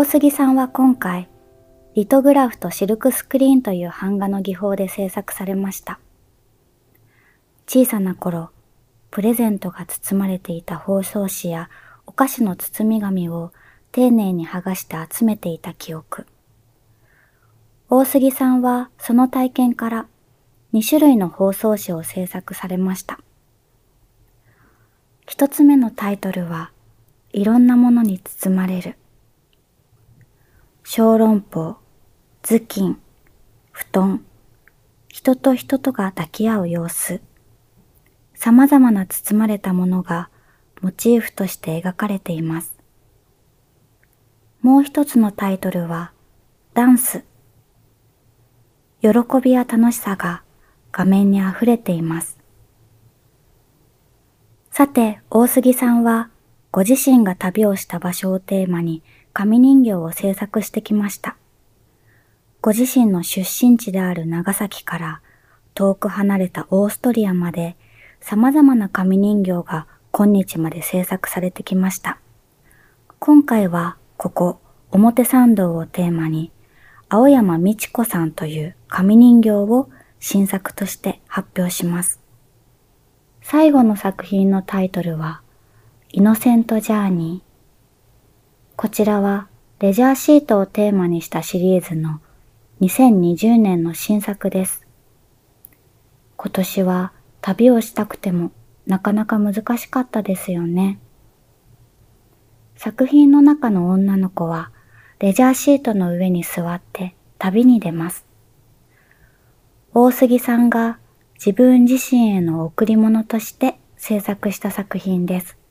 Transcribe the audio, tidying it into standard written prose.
大杉さんは今回、リトグラフとシルクスクリーンという版画の技法で制作されました。小さな頃、プレゼントが包まれていた包装紙やお菓子の包み紙を丁寧に剥がして集めていた記憶。大杉さんはその体験から2種類の包装紙を制作されました。一つ目のタイトルは、いろんなものに包まれる。小籠包、頭巾、布団、人と人とが抱き合う様子。様々な包まれたものがモチーフとして描かれています。もう一つのタイトルは、ダンス。喜びや楽しさが画面にあふれています。さて、大杉さんはご自身が旅をした場所をテーマに紙人形を制作してきました。ご自身の出身地である長崎から遠く離れたオーストリアまで様々な紙人形が今日まで制作されてきました。今回はここ表参道をテーマに青山美智子さんという紙人形を新作として発表します。最後の作品のタイトルはイノセントジャーニー。こちらはレジャーシートをテーマにしたシリーズの2020年の新作です。今年は旅をしたくてもなかなか難しかったですよね。作品の中の女の子はレジャーシートの上に座って旅に出ます。大杉さんが自分自身への贈り物として制作した作品です。